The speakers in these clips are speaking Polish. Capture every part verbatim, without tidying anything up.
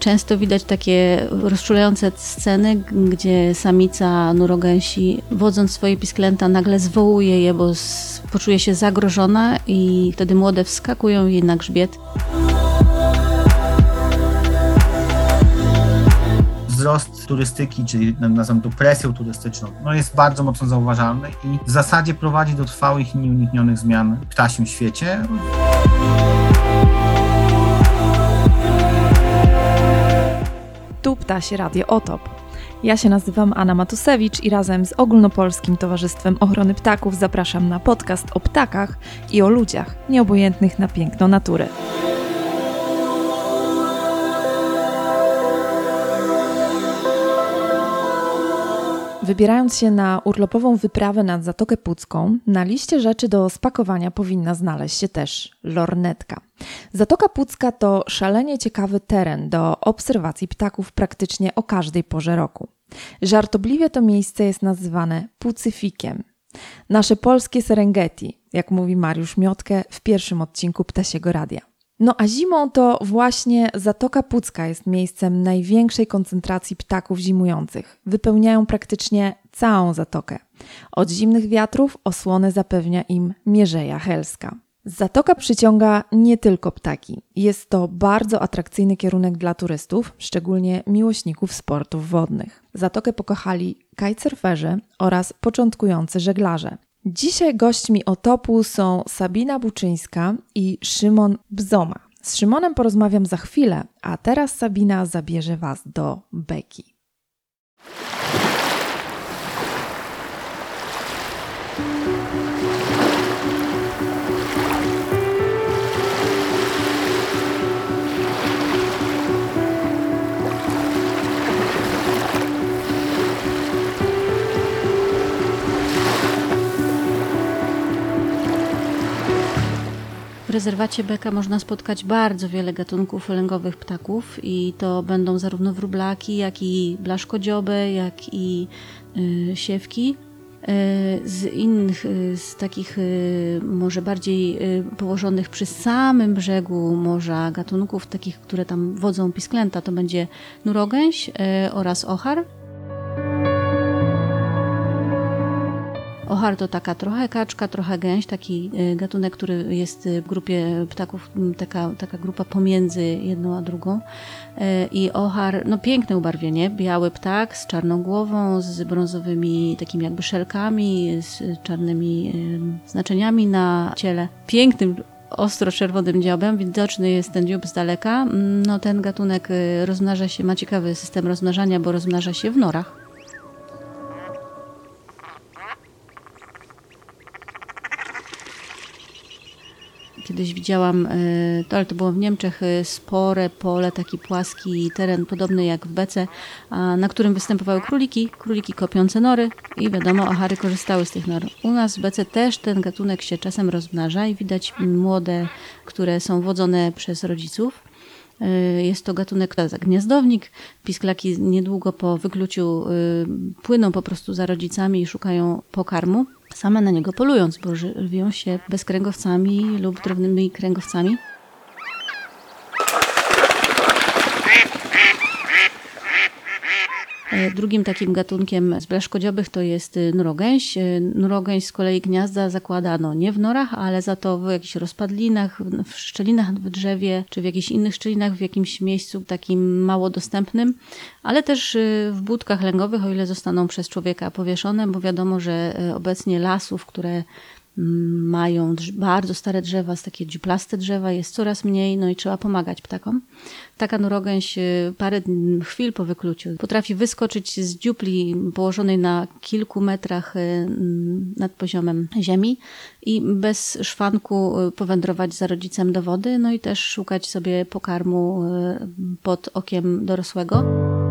Często widać takie rozczulające sceny, gdzie samica nurogęsi, wodząc swoje pisklęta, nagle zwołuje je, bo poczuje się zagrożona i wtedy młode wskakują jej na grzbiet. Wzrost turystyki, czyli nazywam to presją turystyczną, no jest bardzo mocno zauważalny i w zasadzie prowadzi do trwałych i nieuniknionych zmian w ptasim świecie. Tu Ptasie Radio Otop. Ja się nazywam Anna Matusewicz i razem z Ogólnopolskim Towarzystwem Ochrony Ptaków zapraszam na podcast o ptakach i o ludziach nieobojętnych na piękno natury. Wybierając się na urlopową wyprawę nad Zatokę Pucką, na liście rzeczy do spakowania powinna znaleźć się też lornetka. Zatoka Pucka to szalenie ciekawy teren do obserwacji ptaków praktycznie o każdej porze roku. Żartobliwie to miejsce jest nazywane Pucyfikiem. Nasze polskie Serengeti, jak mówi Mariusz Miotkę w pierwszym odcinku Ptasiego Radia. No a zimą to właśnie Zatoka Pucka jest miejscem największej koncentracji ptaków zimujących. Wypełniają praktycznie całą zatokę. Od zimnych wiatrów osłonę zapewnia im Mierzeja Helska. Zatoka przyciąga nie tylko ptaki. Jest to bardzo atrakcyjny kierunek dla turystów, szczególnie miłośników sportów wodnych. Zatokę pokochali kitesurferzy oraz początkujący żeglarze. Dzisiaj gośćmi Otopu są Sabina Buczyńska i Szymon Bzoma. Z Szymonem porozmawiam za chwilę, a teraz Sabina zabierze Was do beki. W rezerwacie Beka można spotkać bardzo wiele gatunków lęgowych ptaków i to będą zarówno wróblaki, jak i blaszkodzioby, jak i y, siewki. Y, z innych, y, z takich y, może bardziej y, położonych przy samym brzegu morza gatunków, takich, które tam wodzą pisklęta, to będzie nurogęś y, oraz ochar. Ochar to taka trochę kaczka, trochę gęś, taki gatunek, który jest w grupie ptaków, taka, taka grupa pomiędzy jedną a drugą. I ochar, no piękne ubarwienie, biały ptak z czarną głową, z brązowymi takimi jakby szelkami, z czarnymi znaczeniami na ciele. Pięknym, ostro czerwonym dziobem, widoczny jest ten dziób z daleka. No ten gatunek rozmnaża się, ma ciekawy system rozmnażania, bo rozmnaża się w norach. Kiedyś widziałam, to, ale to było w Niemczech, spore pole, taki płaski teren podobny jak w bece, na którym występowały króliki, króliki kopiące nory i wiadomo, ochary korzystały z tych nor. U nas w bece też ten gatunek się czasem rozmnaża i widać młode, które są wodzone przez rodziców. Jest to gatunek gniazdownik. Pisklaki niedługo po wykluciu płyną po prostu za rodzicami i szukają pokarmu, same na niego polując, bo żywią się bezkręgowcami lub drobnymi kręgowcami. Drugim takim gatunkiem z blaszkodziobych to jest nurogęś. Nurogęś z kolei gniazda zakładano nie w norach, ale za to w jakichś rozpadlinach, w szczelinach w drzewie, czy w jakichś innych szczelinach, w jakimś miejscu takim mało dostępnym, ale też w budkach lęgowych, o ile zostaną przez człowieka powieszone, bo wiadomo, że obecnie lasów, które mają bardzo stare drzewa, takie dziuplaste drzewa, jest coraz mniej, no i trzeba pomagać ptakom. Taka nurogęś parę chwil po wykluciu potrafi wyskoczyć z dziupli położonej na kilku metrach nad poziomem ziemi i bez szwanku powędrować za rodzicem do wody, no i też szukać sobie pokarmu pod okiem dorosłego.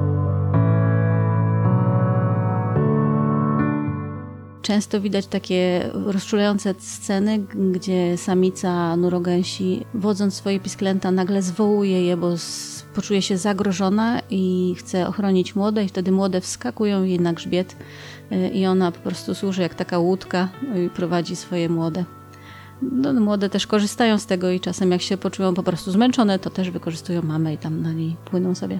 Często widać takie rozczulające sceny, gdzie samica nurogęsi, wodząc swoje pisklęta, nagle zwołuje je, bo poczuje się zagrożona i chce ochronić młode i wtedy młode wskakują jej na grzbiet i ona po prostu służy jak taka łódka i prowadzi swoje młode. no, młode też korzystają z tego i czasem jak się poczują po prostu zmęczone, to też wykorzystują mamę i tam na niej płyną sobie.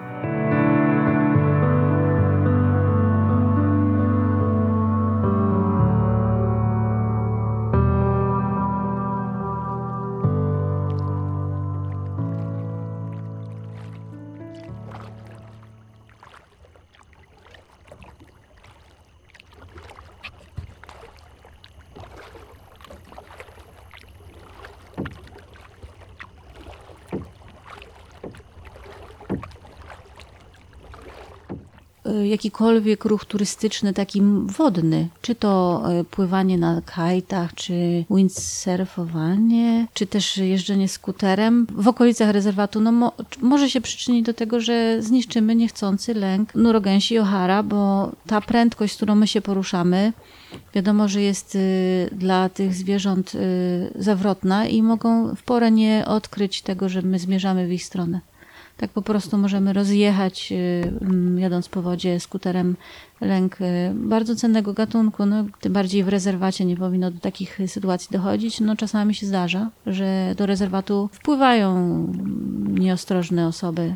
Jakikolwiek ruch turystyczny, taki wodny, czy to pływanie na kajtach, czy windsurfowanie, czy też jeżdżenie skuterem w okolicach rezerwatu, no mo- może się przyczynić do tego, że zniszczymy niechcący lęk nurogęsi ohara, bo ta prędkość, z którą my się poruszamy, wiadomo, że jest y, dla tych zwierząt y, zawrotna i mogą w porę nie odkryć tego, że my zmierzamy w ich stronę. Tak po prostu możemy rozjechać, jadąc po wodzie skuterem, lęk bardzo cennego gatunku. No, tym bardziej w rezerwacie nie powinno do takich sytuacji dochodzić. No, czasami się zdarza, że do rezerwatu wpływają nieostrożne osoby.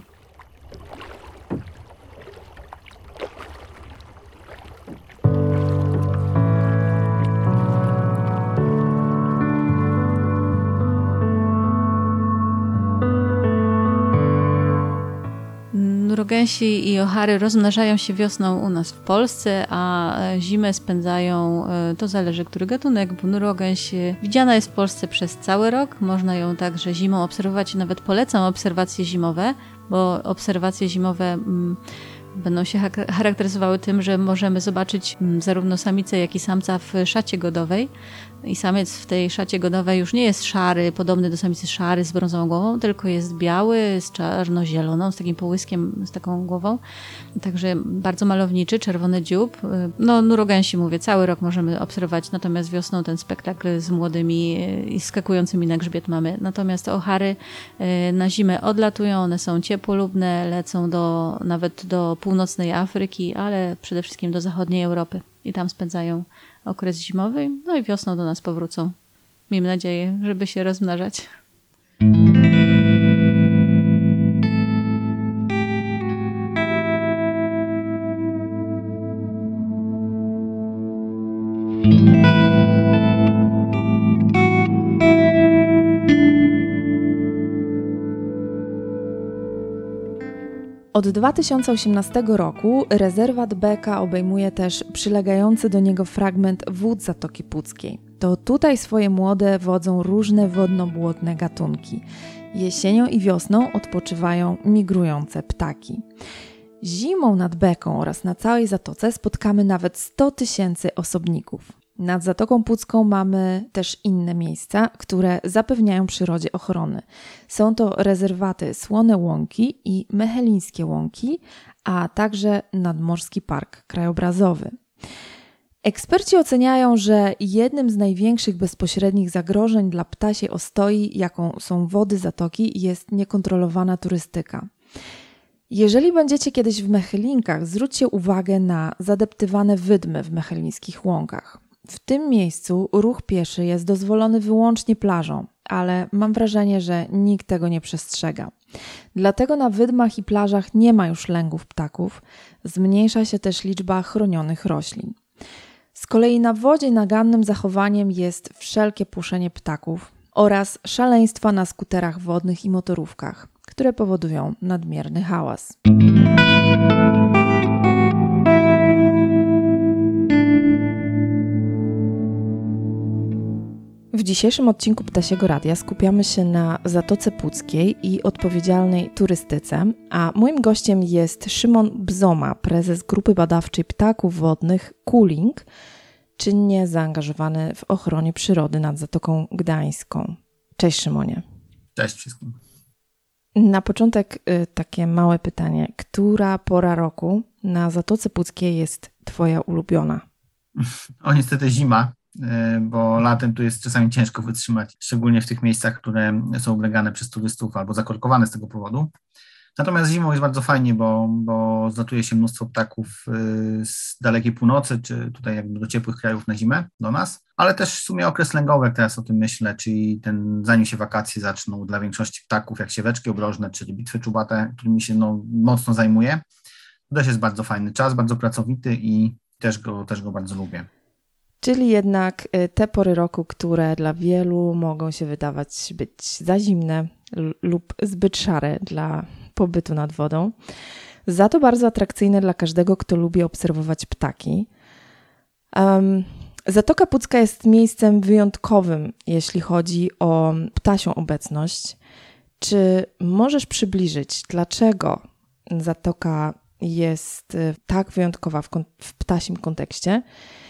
Nurogęsi i ohary rozmnażają się wiosną u nas w Polsce, a zimę spędzają, to zależy który gatunek, bo nurogęś widziana jest w Polsce przez cały rok. Można ją także zimą obserwować i nawet polecam obserwacje zimowe, bo obserwacje zimowe mm, będą się charakteryzowały tym, że możemy zobaczyć zarówno samicę, jak i samca w szacie godowej. I samiec w tej szacie godowej już nie jest szary, podobny do samicy szary z brązową głową, tylko jest biały, z czarno-zieloną, z takim połyskiem, z taką głową. Także bardzo malowniczy, czerwony dziób. No nurogęsi, mówię, cały rok możemy obserwować, natomiast wiosną ten spektakl z młodymi i skakującymi na grzbiet mamy. Natomiast ohary na zimę odlatują, one są ciepłolubne, lecą do, nawet do północnej Afryki, ale przede wszystkim do zachodniej Europy i tam spędzają okres zimowy, no i wiosną do nas powrócą. Miejmy nadzieję, żeby się rozmnażać. Od dwa tysiące osiemnastego roku rezerwat Beka obejmuje też przylegający do niego fragment wód Zatoki Puckiej. To tutaj swoje młode wodzą różne wodno-błotne gatunki. Jesienią i wiosną odpoczywają migrujące ptaki. Zimą nad Beką oraz na całej zatoce spotkamy nawet sto tysięcy osobników. Nad Zatoką Pucką mamy też inne miejsca, które zapewniają przyrodzie ochrony. Są to rezerwaty Słone Łąki i Mechelińskie Łąki, a także Nadmorski Park Krajobrazowy. Eksperci oceniają, że jednym z największych bezpośrednich zagrożeń dla ptasiej ostoi, jaką są wody zatoki, jest niekontrolowana turystyka. Jeżeli będziecie kiedyś w Mechelinkach, zwróćcie uwagę na zadeptywane wydmy w Mechelińskich Łąkach. W tym miejscu ruch pieszy jest dozwolony wyłącznie plażą, ale mam wrażenie, że nikt tego nie przestrzega. Dlatego na wydmach i plażach nie ma już lęgów ptaków, zmniejsza się też liczba chronionych roślin. Z kolei na wodzie nagannym zachowaniem jest wszelkie puszenie ptaków oraz szaleństwa na skuterach wodnych i motorówkach, które powodują nadmierny hałas. W dzisiejszym odcinku Ptasiego Radia skupiamy się na Zatoce Puckiej i odpowiedzialnej turystyce, a moim gościem jest Szymon Bzoma, prezes grupy badawczej ptaków wodnych Kuling, czynnie zaangażowany w ochronie przyrody nad Zatoką Gdańską. Cześć Szymonie. Cześć wszystkim. Na początek y, takie małe pytanie. Która pora roku na Zatoce Puckiej jest twoja ulubiona? O niestety zima, bo latem tu jest czasami ciężko wytrzymać, szczególnie w tych miejscach, które są oblegane przez turystów albo zakorkowane z tego powodu. Natomiast zimą jest bardzo fajnie, bo, bo zlatuje się mnóstwo ptaków z dalekiej północy, czy tutaj jakby do ciepłych krajów na zimę, do nas, ale też w sumie okres lęgowy, jak teraz o tym myślę, czyli ten, zanim się wakacje zaczną dla większości ptaków, jak sieweczki obrożne, czyli bitwy czubate, którymi się no, mocno zajmuję, to też jest bardzo fajny czas, bardzo pracowity i też go, też go bardzo lubię. Czyli jednak te pory roku, które dla wielu mogą się wydawać być za zimne lub zbyt szare dla pobytu nad wodą, za to bardzo atrakcyjne dla każdego, kto lubi obserwować ptaki. Um, Zatoka Pucka jest miejscem wyjątkowym, jeśli chodzi o ptasią obecność. Czy możesz przybliżyć, dlaczego Zatoka jest tak wyjątkowa w, kon- w ptasim kontekście?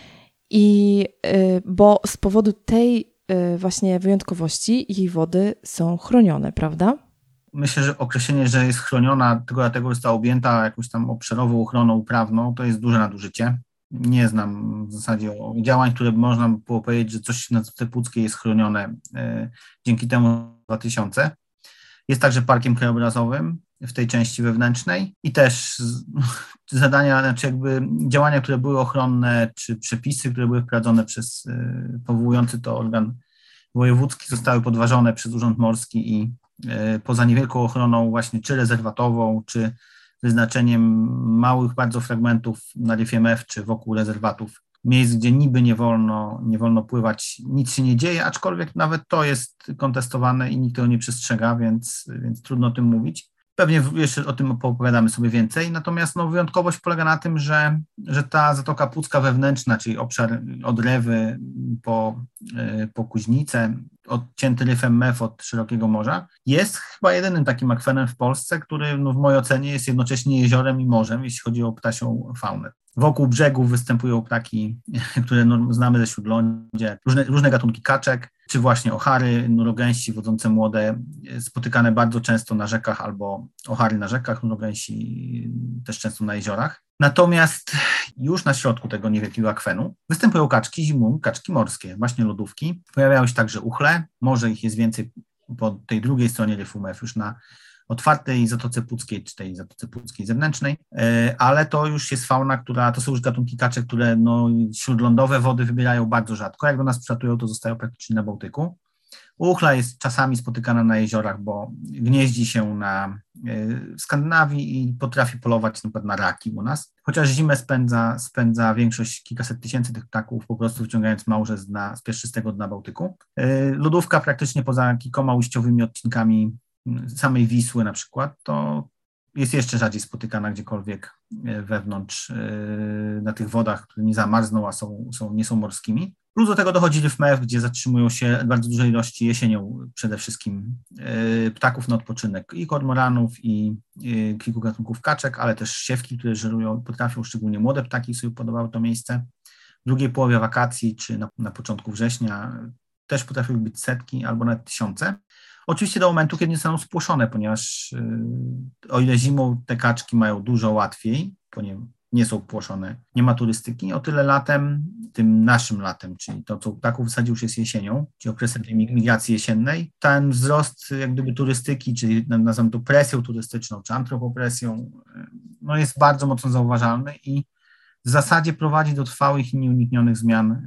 I y, bo z powodu tej y, właśnie wyjątkowości jej wody są chronione, prawda? Myślę, że określenie, że jest chroniona tylko dlatego, że została objęta jakąś tam obszarową ochroną prawną, to jest duże nadużycie. Nie znam w zasadzie działań, które można by było powiedzieć, że coś na Zatoce Puckiej jest chronione y, dzięki temu dwa tysiące. Jest także parkiem krajobrazowym w tej części wewnętrznej i też zadania, znaczy jakby działania, które były ochronne, czy przepisy, które były wprowadzone przez y, powołujący to organ wojewódzki, zostały podważone przez Urząd Morski i y, poza niewielką ochroną właśnie czy rezerwatową, czy wyznaczeniem małych bardzo fragmentów na R I F M F, czy wokół rezerwatów, miejsc, gdzie niby nie wolno, nie wolno pływać, nic się nie dzieje, aczkolwiek nawet to jest kontestowane i nikt tego nie przestrzega, więc, więc trudno o tym mówić. Pewnie jeszcze o tym opowiadamy sobie więcej, natomiast no, wyjątkowość polega na tym, że, że ta Zatoka Pucka wewnętrzna, czyli obszar od Rewy po, po Kuźnicę, odcięty R I F M F od szerokiego morza, jest chyba jedynym takim akwenem w Polsce, który no, w mojej ocenie jest jednocześnie jeziorem i morzem, jeśli chodzi o ptasią faunę. Wokół brzegów występują ptaki, które no, znamy ze Śródlądzie, różne, różne gatunki kaczek, czy właśnie ochary, nurogęsi wodzące młode, spotykane bardzo często na rzekach albo ochary na rzekach, nurogęsi też często na jeziorach. Natomiast już na środku tego niewielkiego akwenu występują kaczki zimą, kaczki morskie, właśnie lodówki. Pojawiają się także uchle, może ich jest więcej po tej drugiej stronie R I F M F, już na otwartej Zatoce Puckiej, czy tej Zatoce Puckiej zewnętrznej, ale to już jest fauna, która, to są już gatunki kaczek, które no, śródlądowe wody wybierają bardzo rzadko. Jak do nas przylatują, to zostają praktycznie na Bałtyku. Uchla jest czasami spotykana na jeziorach, bo gnieździ się na w Skandynawii i potrafi polować na przykład na raki u nas. Chociaż zimę spędza, spędza większość, kilkaset tysięcy tych ptaków, po prostu wyciągając małże z, dna, z piaszczystego dna Bałtyku. Lodówka praktycznie poza kilkoma ujściowymi odcinkami samej Wisły na przykład, to jest jeszcze rzadziej spotykana gdziekolwiek wewnątrz, na tych wodach, które nie zamarzną, a są, są, nie są morskimi. Plus do tego dochodzi R I F M F, gdzie zatrzymują się bardzo duże ilości jesienią przede wszystkim ptaków na odpoczynek i kormoranów, i kilku gatunków kaczek, ale też siewki, które żerują, potrafią, szczególnie młode ptaki sobie podobały to miejsce. W drugiej połowie wakacji, czy na, na początku września też potrafią być setki albo nawet tysiące. Oczywiście do momentu, kiedy nie zostaną spłoszone, ponieważ yy, o ile zimą te kaczki mają dużo łatwiej, ponieważ nie są płoszone, nie ma turystyki, o tyle latem, tym naszym latem, czyli to, co ptaków w zasadzie już jest jesienią, czyli okresem tej migracji jesiennej, ten wzrost jak gdyby turystyki, czyli nazywam to presją turystyczną, czy antropopresją, no jest bardzo mocno zauważalny i w zasadzie prowadzi do trwałych i nieuniknionych zmian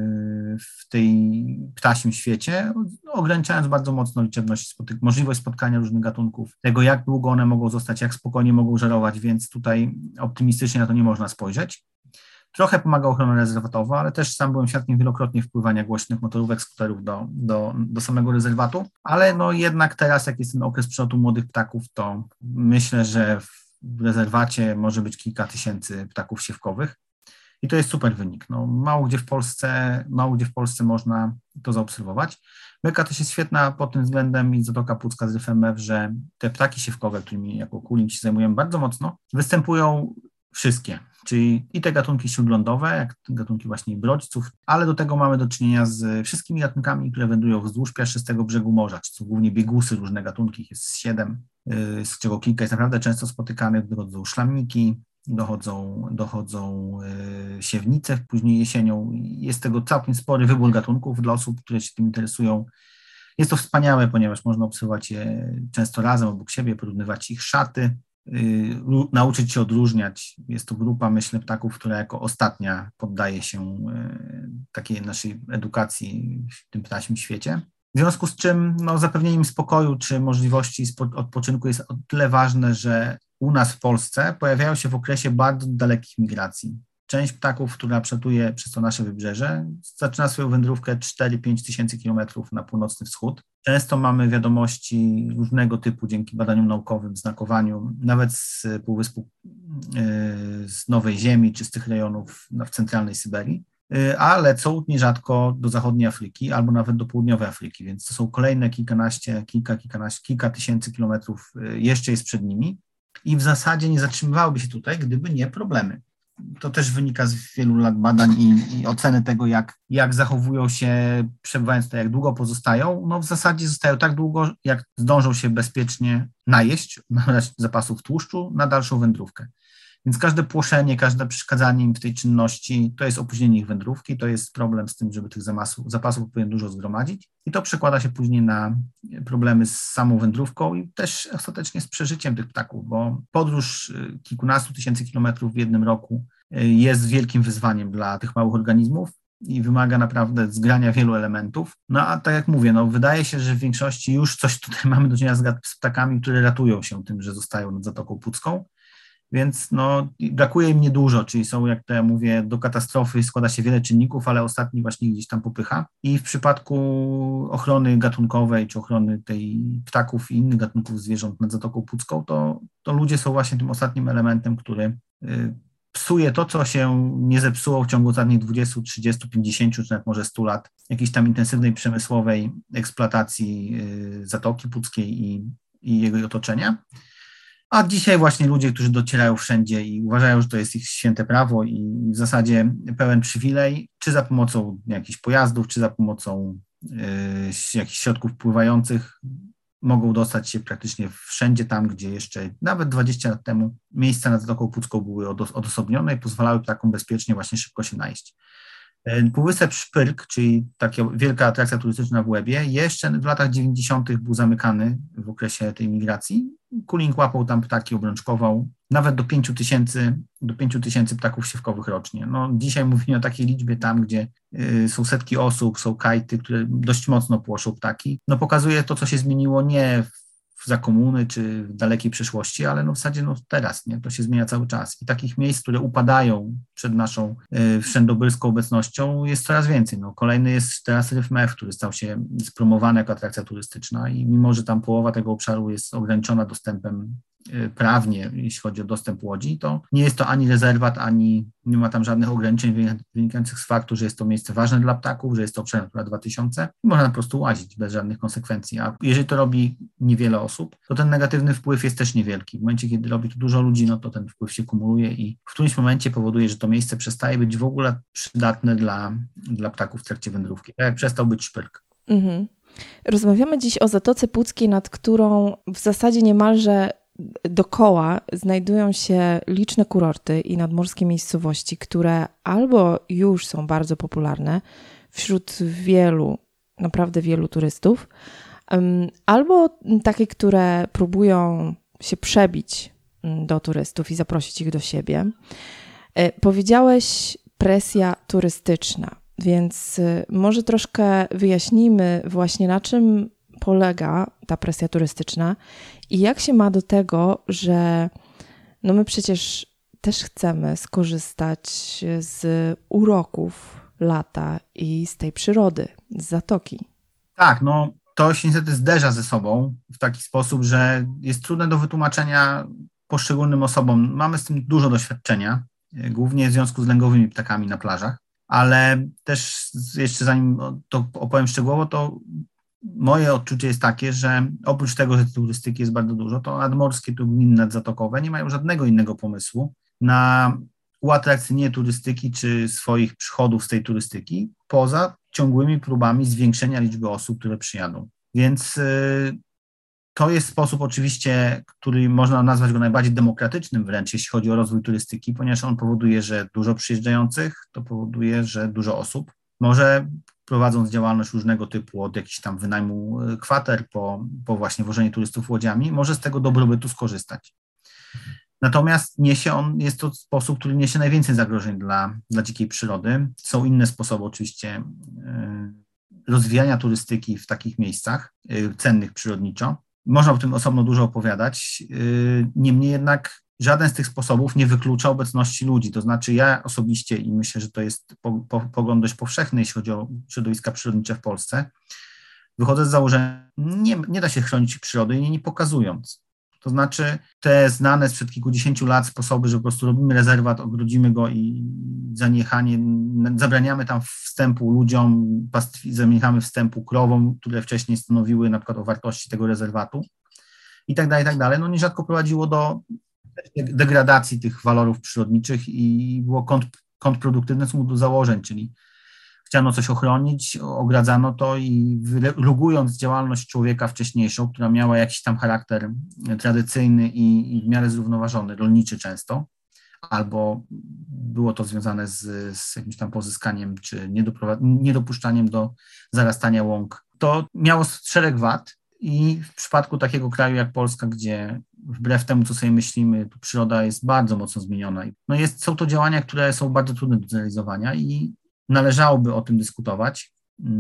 w tej ptasim świecie, ograniczając bardzo mocno liczebność, spotyk- możliwość spotkania różnych gatunków, tego jak długo one mogą zostać, jak spokojnie mogą żerować, więc tutaj optymistycznie na to nie można spojrzeć. Trochę pomaga ochrona rezerwatowa, ale też sam byłem świadkiem wielokrotnie wpływania głośnych motorówek, skuterów do, do, do samego rezerwatu, ale no jednak teraz, jak jest ten okres przelotu młodych ptaków, to myślę, że w rezerwacie może być kilka tysięcy ptaków siewkowych i to jest super wynik. No, mało gdzie w Polsce, mało gdzie w Polsce można to zaobserwować. Beka też jest świetna pod tym względem i Zatoka Pucka z R I F M F, że te ptaki siewkowe, którymi jako Kuling się zajmujemy bardzo mocno, występują wszystkie, czyli i te gatunki śródlądowe, jak gatunki właśnie brodźców, ale do tego mamy do czynienia z wszystkimi gatunkami, które wędrują wzdłuż piaszczystego brzegu morza, czy są głównie biegusy, różne gatunki, ich jest siedem, z czego kilka jest naprawdę często spotykanych, dochodzą szlamniki, dochodzą, dochodzą siewnice później jesienią. Jest tego całkiem spory wybór gatunków dla osób, które się tym interesują. Jest to wspaniałe, ponieważ można obserwować je często razem obok siebie, porównywać ich szaty, nauczyć się odróżniać. Jest to grupa, myślę, ptaków, która jako ostatnia poddaje się takiej naszej edukacji w tym ptasim świecie. W związku z czym no, zapewnienie im spokoju czy możliwości odpoczynku jest o tyle ważne, że u nas w Polsce pojawiają się w okresie bardzo dalekich migracji. Część ptaków, która przelatuje przez to nasze wybrzeże, zaczyna swoją wędrówkę cztery do pięciu tysięcy kilometrów na północny wschód. Często mamy wiadomości różnego typu dzięki badaniom naukowym, znakowaniu, nawet z Półwyspu, z Nowej Ziemi czy z tych rejonów w centralnej Syberii, a lecą nierzadko do zachodniej Afryki albo nawet do południowej Afryki, więc to są kolejne kilkanaście, kilka, kilkanaście, kilka tysięcy kilometrów jeszcze jest przed nimi i w zasadzie nie zatrzymywałyby się tutaj, gdyby nie problemy. To też wynika z wielu lat badań i, i oceny tego, jak, jak zachowują się przebywając tutaj, jak długo pozostają. No w zasadzie zostają tak długo, jak zdążą się bezpiecznie najeść, nabrać zapasów tłuszczu na dalszą wędrówkę. Więc każde płoszenie, każde przeszkadzanie im w tej czynności to jest opóźnienie ich wędrówki, to jest problem z tym, żeby tych zapasów, zapasów odpowiednio dużo zgromadzić i to przekłada się później na problemy z samą wędrówką i też ostatecznie z przeżyciem tych ptaków, bo podróż kilkunastu tysięcy kilometrów w jednym roku jest wielkim wyzwaniem dla tych małych organizmów i wymaga naprawdę zgrania wielu elementów. No a tak jak mówię, no wydaje się, że w większości już coś tutaj mamy do czynienia z ptakami, które ratują się tym, że zostają nad Zatoką Pucką. Więc no, brakuje im niedużo, czyli są, jak to ja mówię, do katastrofy składa się wiele czynników, ale ostatni właśnie gdzieś tam popycha. I w przypadku ochrony gatunkowej, czy ochrony tej ptaków i innych gatunków zwierząt nad Zatoką Pucką, to, to ludzie są właśnie tym ostatnim elementem, który y, psuje to, co się nie zepsuło w ciągu ostatnich dwudziestu, trzydziestu, pięćdziesięciu, czy nawet może stu lat jakiejś tam intensywnej przemysłowej eksploatacji y, Zatoki Puckiej i, i jego otoczenia. A dzisiaj właśnie ludzie, którzy docierają wszędzie i uważają, że to jest ich święte prawo i w zasadzie pełen przywilej, czy za pomocą jakichś pojazdów, czy za pomocą y, jakichś środków pływających, mogą dostać się praktycznie wszędzie tam, gdzie jeszcze nawet dwadzieścia lat temu miejsca nad Zatoką Pucką były odosobnione i pozwalały ptakom bezpiecznie właśnie szybko się najeść. Półwysep Szpyrk, czyli taka wielka atrakcja turystyczna w Łebie, jeszcze w latach dziewięćdziesiątych był zamykany w okresie tej migracji. Kuling łapał tam ptaki, obrączkował nawet do pięciu tysięcy, do pięciu tysięcy ptaków siewkowych rocznie. No, dzisiaj mówimy o takiej liczbie tam, gdzie y, są setki osób, są kajty, które dość mocno płoszą ptaki. No, pokazuje to, co się zmieniło nie w za komuny czy w dalekiej przeszłości, ale no w zasadzie no teraz, nie? To się zmienia cały czas. I takich miejsc, które upadają przed naszą y, wszędobylską obecnością jest coraz więcej. No, kolejny jest teraz Ryf Mew, który stał się spromowany jako atrakcja turystyczna i mimo, że tam połowa tego obszaru jest ograniczona dostępem y, prawnie, jeśli chodzi o dostęp łodzi, to nie jest to ani rezerwat, ani nie ma tam żadnych ograniczeń wynikających z faktu, że jest to miejsce ważne dla ptaków, że jest to obszar Natura dwa tysiące i można po prostu łazić bez żadnych konsekwencji. A jeżeli to robi niewiele osób, to ten negatywny wpływ jest też niewielki. W momencie, kiedy robi to dużo ludzi, no to ten wpływ się kumuluje i w którymś momencie powoduje, że to miejsce przestaje być w ogóle przydatne dla, dla ptaków w trakcie wędrówki. Tak jak przestał być Szpyrk. Mhm. Rozmawiamy dziś o Zatoce Puckiej, nad którą w zasadzie niemalże dookoła znajdują się liczne kurorty i nadmorskie miejscowości, które albo już są bardzo popularne wśród wielu, naprawdę wielu turystów, albo takie, które próbują się przebić do turystów i zaprosić ich do siebie. Powiedziałeś presja turystyczna, więc może troszkę wyjaśnijmy właśnie, na czym polega ta presja turystyczna i jak się ma do tego, że no my przecież też chcemy skorzystać z uroków lata i z tej przyrody, z zatoki. Tak, no to się niestety zderza ze sobą w taki sposób, że jest trudne do wytłumaczenia poszczególnym osobom. Mamy z tym dużo doświadczenia, głównie w związku z lęgowymi ptakami na plażach, ale też jeszcze zanim to opowiem szczegółowo, to moje odczucie jest takie, że oprócz tego, że turystyki jest bardzo dużo, to nadmorskie, to gminy nadzatokowe nie mają żadnego innego pomysłu na uatrakcyjnienie turystyki czy swoich przychodów z tej turystyki, poza ciągłymi próbami zwiększenia liczby osób, które przyjadą. Więc y, to jest sposób oczywiście, który można nazwać go najbardziej demokratycznym wręcz, jeśli chodzi o rozwój turystyki, ponieważ on powoduje, że dużo przyjeżdżających, to powoduje, że dużo osób może prowadząc działalność różnego typu, od jakichś tam wynajmu kwater po, po właśnie wożenie turystów łodziami, może z tego dobrobytu skorzystać. Natomiast niesie on, jest to sposób, który niesie najwięcej zagrożeń dla, dla dzikiej przyrody. Są inne sposoby oczywiście rozwijania turystyki w takich miejscach cennych przyrodniczo. Można o tym osobno dużo opowiadać, niemniej jednak żaden z tych sposobów nie wyklucza obecności ludzi. To znaczy ja osobiście, i myślę, że to jest po, po, pogląd dość powszechny, jeśli chodzi o środowiska przyrodnicze w Polsce, wychodzę z założenia, nie, nie da się chronić przyrody jej nie pokazując. To znaczy te znane sprzed kilkudziesięciu lat sposoby, że po prostu robimy rezerwat, ogrodzimy go i zaniechanie, zabraniamy tam wstępu ludziom, pastwi, zaniechamy wstępu krowom, które wcześniej stanowiły na przykład o wartości tego rezerwatu i tak dalej, i tak dalej. No nierzadko prowadziło do degradacji tych walorów przyrodniczych i było kont, kontrproduktywne co do założeń, czyli chciano coś ochronić, ogradzano to i lugując działalność człowieka wcześniejszą, która miała jakiś tam charakter tradycyjny i, i w miarę zrównoważony, rolniczy często, albo było to związane z, z jakimś tam pozyskaniem czy niedopuszczaniem do zarastania łąk, to miało szereg wad i w przypadku takiego kraju jak Polska, gdzie wbrew temu, co sobie myślimy, tu przyroda jest bardzo mocno zmieniona. No jest, są to działania, które są bardzo trudne do zrealizowania i należałoby o tym dyskutować.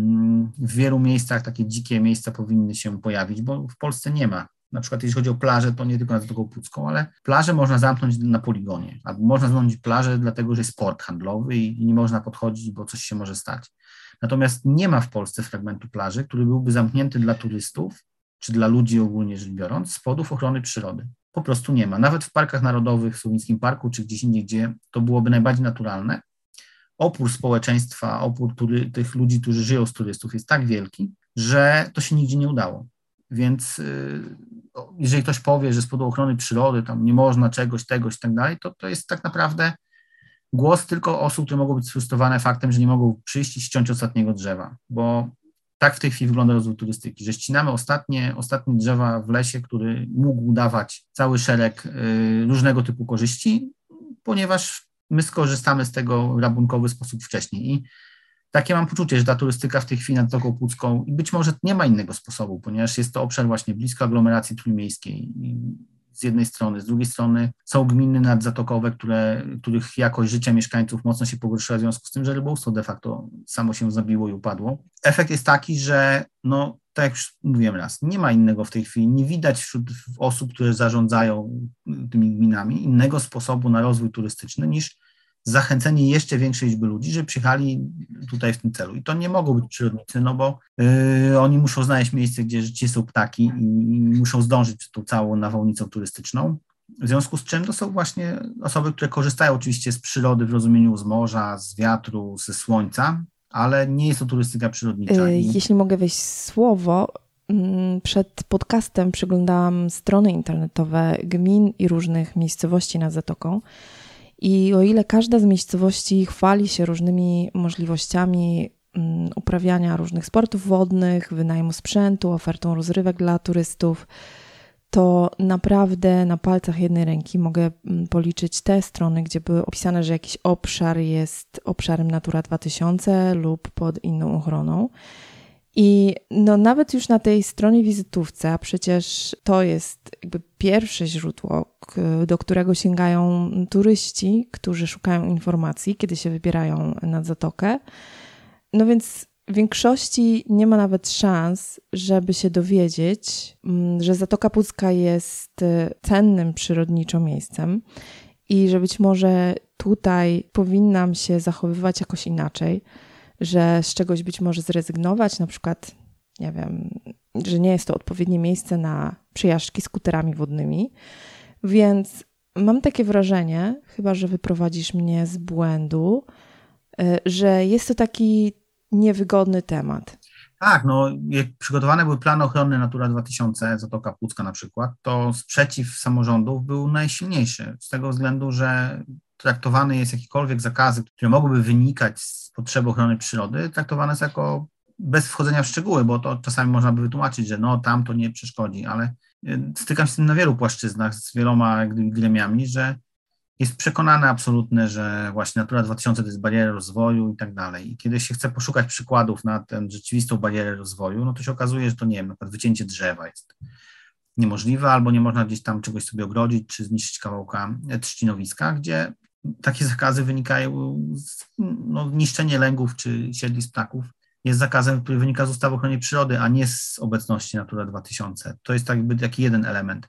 W wielu miejscach takie dzikie miejsca powinny się pojawić, bo w Polsce nie ma. Na przykład jeśli chodzi o plażę, to nie tylko nad Zatoką Pucką, ale plażę można zamknąć na poligonie, albo można zamknąć plażę dlatego, że jest port handlowy i nie można podchodzić, bo coś się może stać. Natomiast nie ma w Polsce fragmentu plaży, który byłby zamknięty dla turystów, czy dla ludzi ogólnie rzecz biorąc, z powodów ochrony przyrody. Po prostu nie ma. Nawet w parkach narodowych, w Słowińskim Parku, czy gdzieś indziej, gdzie to byłoby najbardziej naturalne, opór społeczeństwa, opór tury, tych ludzi, którzy żyją z turystów jest tak wielki, że to się nigdzie nie udało. Więc yy, jeżeli ktoś powie, że z powodu ochrony przyrody tam nie można czegoś, tegoś i tak dalej, to to jest tak naprawdę głos tylko osób, które mogą być sfrustrowane faktem, że nie mogą przyjść i ściąć ostatniego drzewa, bo tak w tej chwili wygląda rozwój turystyki, że ścinamy ostatnie, ostatnie drzewa w lesie, który mógł dawać cały szereg yy, różnego typu korzyści, ponieważ my skorzystamy z tego w rabunkowy sposób wcześniej. I takie mam poczucie, że ta turystyka w tej chwili nad Zatoką Pucką i być może nie ma innego sposobu, ponieważ jest to obszar właśnie blisko aglomeracji trójmiejskiej z jednej strony, z drugiej strony są gminy nadzatokowe, które, których jakość życia mieszkańców mocno się pogorszyła w związku z tym, że rybołówstwo de facto samo się zabiło i upadło. Efekt jest taki, że no, tak jak już mówiłem raz, nie ma innego w tej chwili, nie widać wśród osób, które zarządzają tymi gminami innego sposobu na rozwój turystyczny niż zachęcenie jeszcze większej liczby ludzi, żeby przyjechali tutaj w tym celu. I to nie mogą być przyrodnicy, no bo yy, oni muszą znaleźć miejsce, gdzie rzeczywiście są ptaki i, i muszą zdążyć przed tą całą nawałnicą turystyczną. W związku z czym to są właśnie osoby, które korzystają oczywiście z przyrody w rozumieniu z morza, z wiatru, ze słońca, ale nie jest to turystyka przyrodnicza. I... Jeśli mogę wejść słowo, przed podcastem przeglądałam strony internetowe gmin i różnych miejscowości nad Zatoką. I o ile każda z miejscowości chwali się różnymi możliwościami uprawiania różnych sportów wodnych, wynajmu sprzętu, ofertą rozrywek dla turystów, to naprawdę na palcach jednej ręki mogę policzyć te strony, gdzie były opisane, że jakiś obszar jest obszarem Natura dwa tysiące lub pod inną ochroną. I no nawet już na tej stronie wizytówce, a przecież to jest jakby pierwsze źródło, do którego sięgają turyści, którzy szukają informacji, kiedy się wybierają nad Zatokę. No więc w większości nie ma nawet szans, żeby się dowiedzieć, że Zatoka Pucka jest cennym przyrodniczo miejscem i że być może tutaj powinnam się zachowywać jakoś inaczej, że z czegoś być może zrezygnować, na przykład, nie wiem, że nie jest to odpowiednie miejsce na przejażdżki skuterami wodnymi. Więc mam takie wrażenie, chyba że wyprowadzisz mnie z błędu, że jest to taki niewygodny temat. Tak, no jak przygotowane były plany ochrony Natura dwa tysiące, Zatoka Pucka na przykład, to sprzeciw samorządów był najsilniejszy z tego względu, że traktowany jest jakiekolwiek zakazy, które mogłyby wynikać z potrzeby ochrony przyrody, traktowane są jako bez wchodzenia w szczegóły, bo to czasami można by wytłumaczyć, że no tam to nie przeszkodzi, ale stykam się z tym na wielu płaszczyznach, z wieloma gremiami, że jest przekonane absolutne, że właśnie Natura dwa tysiące to jest bariera rozwoju i tak dalej. I kiedy się chce poszukać przykładów na tę rzeczywistą barierę rozwoju, no to się okazuje, że to nie wiem, na przykład wycięcie drzewa jest niemożliwe, albo nie można gdzieś tam czegoś sobie ogrodzić, czy zniszczyć kawałka trzcinowiska, gdzie takie zakazy wynikają z no, niszczenie lęgów czy siedlisk ptaków. Jest zakazem, który wynika z ustawy o ochronie przyrody, a nie z obecności Natura dwa tysiące. To jest jakby taki jeden element.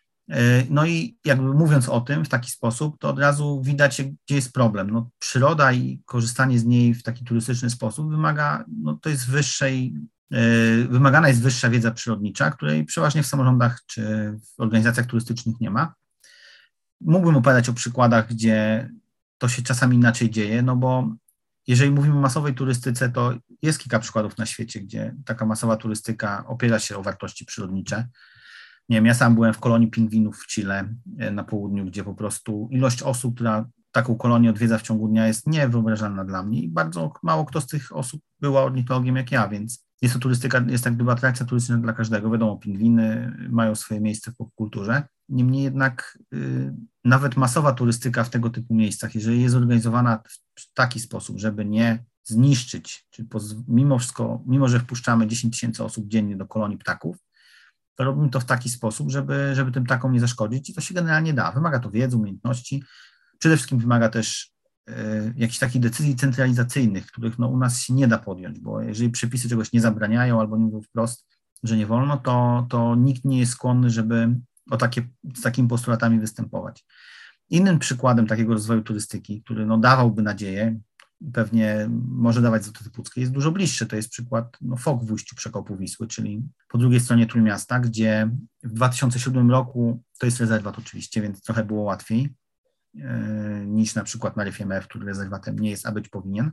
No i jakby mówiąc o tym w taki sposób, to od razu widać, gdzie jest problem. No, przyroda i korzystanie z niej w taki turystyczny sposób wymaga, no to jest wyższej, wymagana jest wyższa wiedza przyrodnicza, której przeważnie w samorządach czy w organizacjach turystycznych nie ma. Mógłbym opowiadać o przykładach, gdzie to się czasami inaczej dzieje, no bo jeżeli mówimy o masowej turystyce, to jest kilka przykładów na świecie, gdzie taka masowa turystyka opiera się o wartości przyrodnicze. Nie wiem, ja sam byłem w kolonii pingwinów w Chile na południu, gdzie po prostu ilość osób, która taką kolonię odwiedza w ciągu dnia, jest niewyobrażalna dla mnie i bardzo mało kto z tych osób była ornitologiem jak ja, więc jest to turystyka, jest tak gdyby atrakcja turystyczna dla każdego. Wiadomo, pingwiny mają swoje miejsce w popkulturze. Niemniej jednak y, nawet masowa turystyka w tego typu miejscach, jeżeli jest zorganizowana w taki sposób, żeby nie zniszczyć, czy poz, mimo wszystko, mimo że wpuszczamy dziesięć tysięcy osób dziennie do kolonii ptaków, to robimy to w taki sposób, żeby, żeby tym ptakom nie zaszkodzić i to się generalnie da. Wymaga to wiedzy, umiejętności. Przede wszystkim wymaga też y, jakichś takich decyzji centralizacyjnych, których no, u nas się nie da podjąć, bo jeżeli przepisy czegoś nie zabraniają albo nie mówią wprost, że nie wolno, to, to nikt nie jest skłonny, żeby o takie, z takimi postulatami występować. Innym przykładem takiego rozwoju turystyki, który no, dawałby nadzieję, pewnie może dawać Zatoce Puckiej, jest dużo bliższy. To jest przykład no, fok w ujściu przekopu Wisły, czyli po drugiej stronie Trójmiasta, gdzie w dwa tysiące siódmym roku, to jest rezerwat oczywiście, więc trochę było łatwiej yy, niż na przykład na Rifie M F, który rezerwatem nie jest, a być powinien.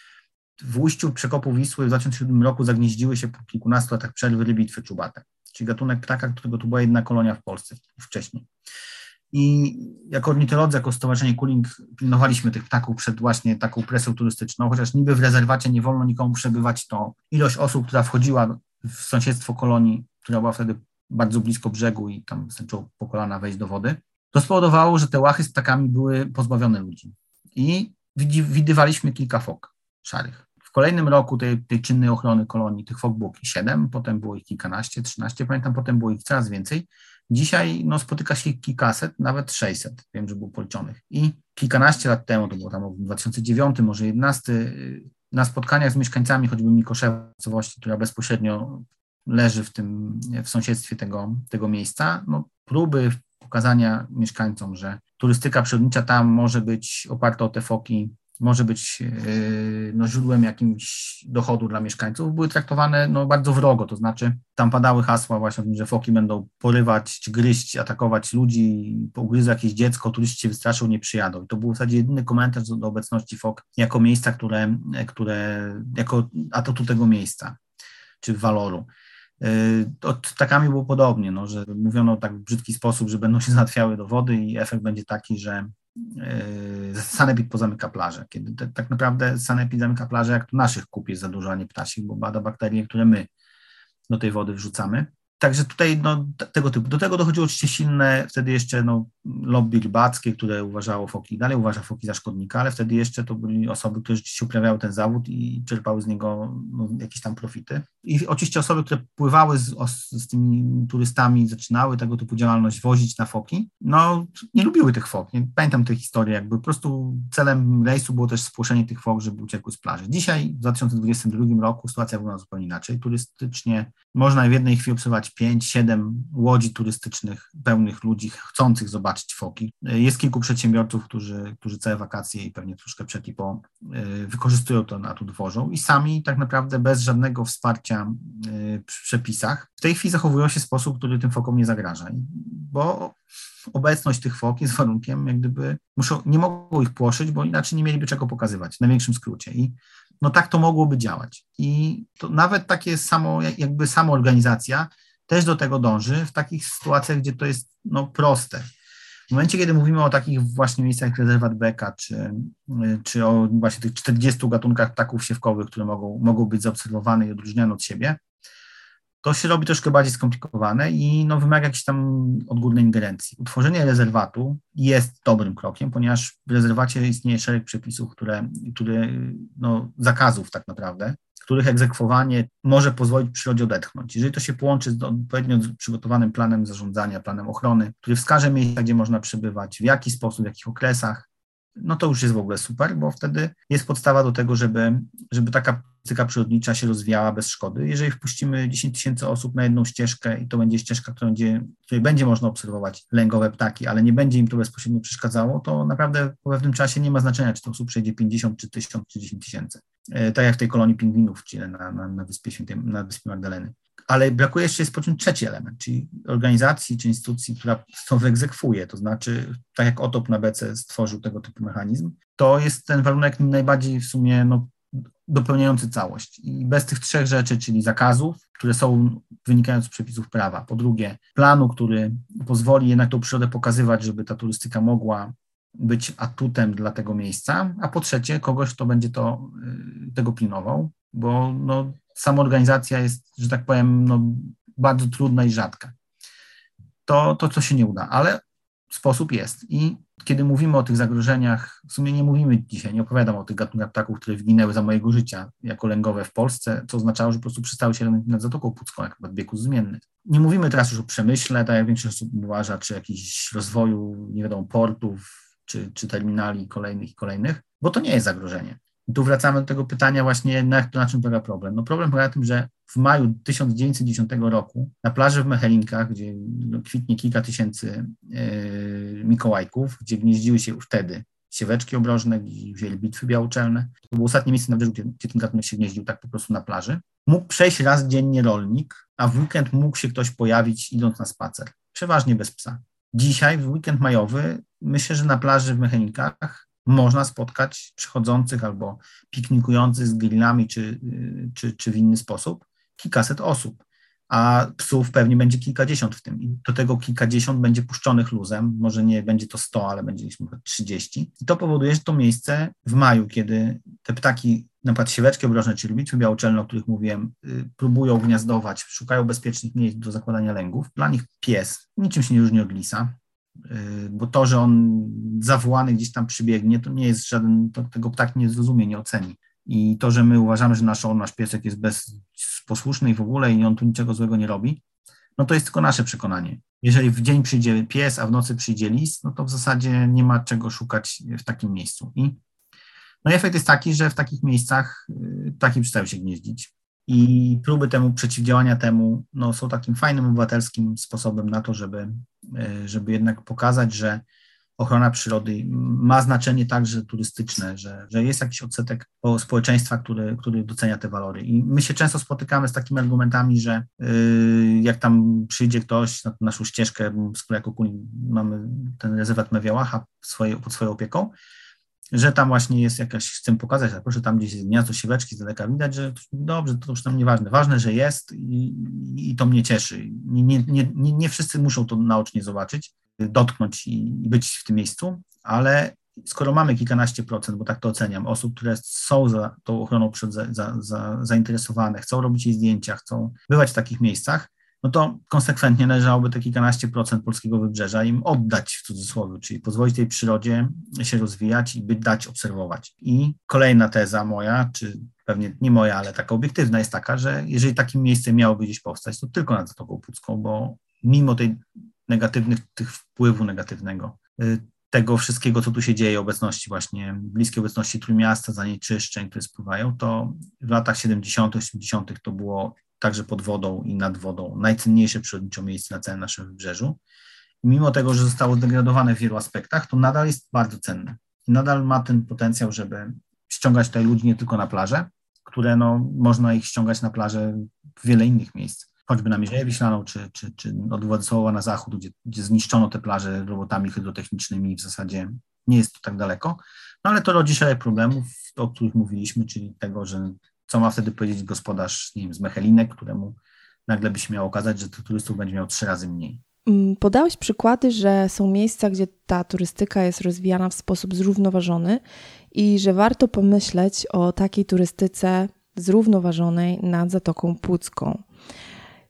W ujściu przekopu Wisły w dwa tysiące siódmym roku zagnieździły się po kilkunastu latach przerwy rybitwy czubate, czyli gatunek ptaka, którego tu była jedna kolonia w Polsce wcześniej. I jako ornitolodzy, jako Stowarzyszenie Kuling pilnowaliśmy tych ptaków przed właśnie taką presją turystyczną, chociaż niby w rezerwacie nie wolno nikomu przebywać, to ilość osób, która wchodziła w sąsiedztwo kolonii, która była wtedy bardzo blisko brzegu i tam wystarczyło po kolana wejść do wody, to spowodowało, że te łachy z ptakami były pozbawione ludzi. I widywaliśmy kilka fok szarych. W kolejnym roku tej, tej czynnej ochrony kolonii tych fok było siedem, potem było ich kilkanaście, trzynaście, pamiętam, potem było ich coraz więcej. Dzisiaj no, spotyka się kilkaset, nawet sześćset, wiem, że było policzonych. I kilkanaście lat temu, to było tam w dwa tysiące dziewiątym, może jedenastym, na spotkaniach z mieszkańcami choćby Mikoszewa, która bezpośrednio leży w tym, w sąsiedztwie tego, tego miejsca, no, próby pokazania mieszkańcom, że turystyka przyrodnicza tam może być oparta o te foki, może być no, źródłem jakimś dochodu dla mieszkańców, były traktowane no, bardzo wrogo, to znaczy tam padały hasła właśnie o tym, że foki będą porywać, gryźć, atakować ludzi, ugryzą jakieś dziecko, turyści się wystraszą, nie przyjadą. I to był w zasadzie jedyny komentarz do, do obecności fok jako miejsca, które, które jako atutu tego miejsca, czy waloru. Od ptakami było podobnie, no, że mówiono tak w brzydki sposób, że będą się załatwiały do wody i efekt będzie taki, że sanepid pozamyka plażę, kiedy te, tak naprawdę sanepid zamyka plażę, jak to naszych kup jest za dużo, a nie ptasich, bo bada bakterie, które my do tej wody wrzucamy. Także tutaj no, tego typu. Do tego dochodziło oczywiście silne wtedy jeszcze no, lobby rybackie, które uważało foki, dalej uważa foki za szkodnika, ale wtedy jeszcze to byli osoby, które rzeczywiście uprawiały ten zawód i czerpały z niego no, jakieś tam profity. I oczywiście osoby, które pływały z, z tymi turystami, zaczynały tego typu działalność wozić na foki, no nie lubiły tych fok. Nie pamiętam tej historii, jakby po prostu celem rejsu było też spłoszenie tych fok, żeby uciekły z plaży. Dzisiaj w dwa tysiące dwudziestym drugim roku sytuacja wygląda zupełnie inaczej. Turystycznie można w jednej chwili obserwować pięć, siedem łodzi turystycznych pełnych ludzi chcących zobaczyć foki. Jest kilku przedsiębiorców, którzy, którzy całe wakacje i pewnie troszkę przed i po wykorzystują to na tu dworzą i sami tak naprawdę bez żadnego wsparcia w przepisach w tej chwili zachowują się w sposób, który tym fokom nie zagraża, bo obecność tych fok jest warunkiem, jak gdyby muszą, nie mogą ich płoszyć, bo inaczej nie mieliby czego pokazywać, w największym skrócie. I no tak to mogłoby działać. I to nawet takie samo, jakby samoorganizacja też do tego dąży w takich sytuacjach, gdzie to jest no, proste. W momencie, kiedy mówimy o takich właśnie miejscach jak rezerwat Beka, czy, czy o właśnie tych czterdziestu gatunkach ptaków siewkowych, które mogą, mogą być zaobserwowane i odróżniane od siebie, to się robi troszkę bardziej skomplikowane i no, wymaga jakiejś tam odgórnej ingerencji. Utworzenie rezerwatu jest dobrym krokiem, ponieważ w rezerwacie istnieje szereg przepisów, które, które no, zakazów tak naprawdę, których egzekwowanie może pozwolić przyrodzie odetchnąć. Jeżeli to się połączy z odpowiednio przygotowanym planem zarządzania, planem ochrony, który wskaże miejsca, gdzie można przebywać, w jaki sposób, w jakich okresach, no to już jest w ogóle super, bo wtedy jest podstawa do tego, żeby, żeby taka turystyka przyrodnicza się rozwijała bez szkody. Jeżeli wpuścimy dziesięć tysięcy osób na jedną ścieżkę i to będzie ścieżka, która będzie, której będzie można obserwować lęgowe ptaki, ale nie będzie im to bezpośrednio przeszkadzało, to naprawdę po pewnym czasie nie ma znaczenia, czy to osób przejdzie pięćdziesiąt, czy tysiąc, czy dziesięć tysięcy. Tak jak w tej kolonii pingwinów w Chile na, na, na, Wyspie Świętej, na Wyspie Magdaleny. Ale brakuje jeszcze jest po czym trzeci element, czyli organizacji czy instytucji, która to wyegzekwuje, to znaczy tak jak Otop na bece stworzył tego typu mechanizm, to jest ten warunek najbardziej w sumie no, dopełniający całość. I bez tych trzech rzeczy, czyli zakazów, które są wynikające z przepisów prawa, po drugie planu, który pozwoli jednak tą przyrodę pokazywać, żeby ta turystyka mogła być atutem dla tego miejsca, a po trzecie kogoś, kto będzie to, tego pilnował, bo no, samoorganizacja jest, że tak powiem, no, bardzo trudna i rzadka. To, to, co się nie uda, ale sposób jest. I kiedy mówimy o tych zagrożeniach, w sumie nie mówimy dzisiaj, nie opowiadam o tych gatunkach ptaków, które wginęły za mojego życia jako lęgowe w Polsce, co oznaczało, że po prostu przestały się lękać nad Zatoką Pucką, jak w wieku zmiennych. Nie mówimy teraz już o przemyśle, tak jak większość osób uważa, czy jakimś rozwoju, nie wiadomo, portów, czy, czy terminali kolejnych i kolejnych, bo to nie jest zagrożenie. I tu wracamy do tego pytania właśnie, na, na czym polega problem. No problem polega na tym, że w maju tysiąc dziewięćset dziesiątego roku na plaży w Mechelinkach, gdzie kwitnie kilka tysięcy yy, mikołajków, gdzie gnieździły się wtedy sieweczki obrożne, gdzie wzięli bitwy białoczelne, to było ostatnie miejsce na wybrzeżu, gdzie, gdzie ten gatunek się gnieździł tak po prostu na plaży, mógł przejść raz dziennie rolnik, a w weekend mógł się ktoś pojawić idąc na spacer, przeważnie bez psa. Dzisiaj, w weekend majowy, myślę, że na plaży w Mechelinkach można spotkać przychodzących albo piknikujących z grillami czy, czy, czy w inny sposób kilkaset osób, a psów pewnie będzie kilkadziesiąt w tym. I do tego kilkadziesiąt będzie puszczonych luzem, może nie będzie to sto, ale będzie trzydzieści. I to powoduje, że to miejsce w maju, kiedy te ptaki, na przykład sieweczki obrożne, czyli bitwy białoczelne, o których mówiłem, próbują gniazdować, szukają bezpiecznych miejsc do zakładania lęgów. Dla nich pies niczym się nie różni od lisa, bo to, że on zawołany gdzieś tam przybiegnie, to nie jest żaden, to, tego ptak nie zrozumie, nie oceni. I to, że my uważamy, że nasz, nasz piesek jest bezposłuszny i w ogóle i on tu niczego złego nie robi, no to jest tylko nasze przekonanie. Jeżeli w dzień przyjdzie pies, a w nocy przyjdzie lis, no to w zasadzie nie ma czego szukać w takim miejscu. I no efekt jest taki, że w takich miejscach ptaki przestają się gnieździć. I próby temu, przeciwdziałania temu no, są takim fajnym, obywatelskim sposobem na to, żeby, żeby jednak pokazać, że ochrona przyrody ma znaczenie także turystyczne, że, że jest jakiś odsetek społeczeństwa, który, który docenia te walory. I my się często spotykamy z takimi argumentami, że yy, jak tam przyjdzie ktoś na naszą ścieżkę, z której jako kuli mamy ten rezerwat Mewiałacha swoje, pod swoją opieką, że tam właśnie jest jakaś, chcę pokazać, tak, proszę, tam gdzieś jest gniazdo sieweczki z daleka widać, że dobrze, to już tam nieważne. Ważne, że jest i, i to mnie cieszy. Nie, nie, nie, nie wszyscy muszą to naocznie zobaczyć, dotknąć i, i być w tym miejscu, ale skoro mamy kilkanaście procent, bo tak to oceniam, osób, które są za tą ochroną przyrody za, za, zainteresowane, chcą robić jej zdjęcia, chcą bywać w takich miejscach, no to konsekwentnie należałoby te kilkanaście procent polskiego wybrzeża im oddać w cudzysłowie, czyli pozwolić tej przyrodzie się rozwijać i by dać obserwować. I kolejna teza moja, czy pewnie nie moja, ale taka obiektywna jest taka, że jeżeli takim miejscem miałoby gdzieś powstać, to tylko nad Zatoką Pucką, bo mimo tej negatywnych, tych wpływu negatywnego, tego wszystkiego, co tu się dzieje, obecności właśnie, bliskiej obecności Trójmiasta, zanieczyszczeń, które spływają, to w latach siedemdziesiątych, osiemdziesiątych to było także pod wodą i nad wodą najcenniejsze przyrodniczo miejsce na całym naszym wybrzeżu. I mimo tego, że zostało zdegradowane w wielu aspektach, to nadal jest bardzo cenne. I nadal ma ten potencjał, żeby ściągać tutaj ludzi nie tylko na plaże, które no, można ich ściągać na plaże w wiele innych miejsc, choćby na Mierzeję Wiślaną, czy, czy, czy od Władysławowa na zachód, gdzie, gdzie zniszczono te plaże robotami hydrotechnicznymi i w zasadzie nie jest to tak daleko. No ale to rodzi szereg problemów, o których mówiliśmy, czyli tego, że co ma wtedy powiedzieć gospodarz, nie wiem, z Mechelinek, któremu nagle by się miało okazać, że tych turystów będzie miał trzy razy mniej. Podałeś przykłady, że są miejsca, gdzie ta turystyka jest rozwijana w sposób zrównoważony i że warto pomyśleć o takiej turystyce zrównoważonej nad Zatoką Pucką.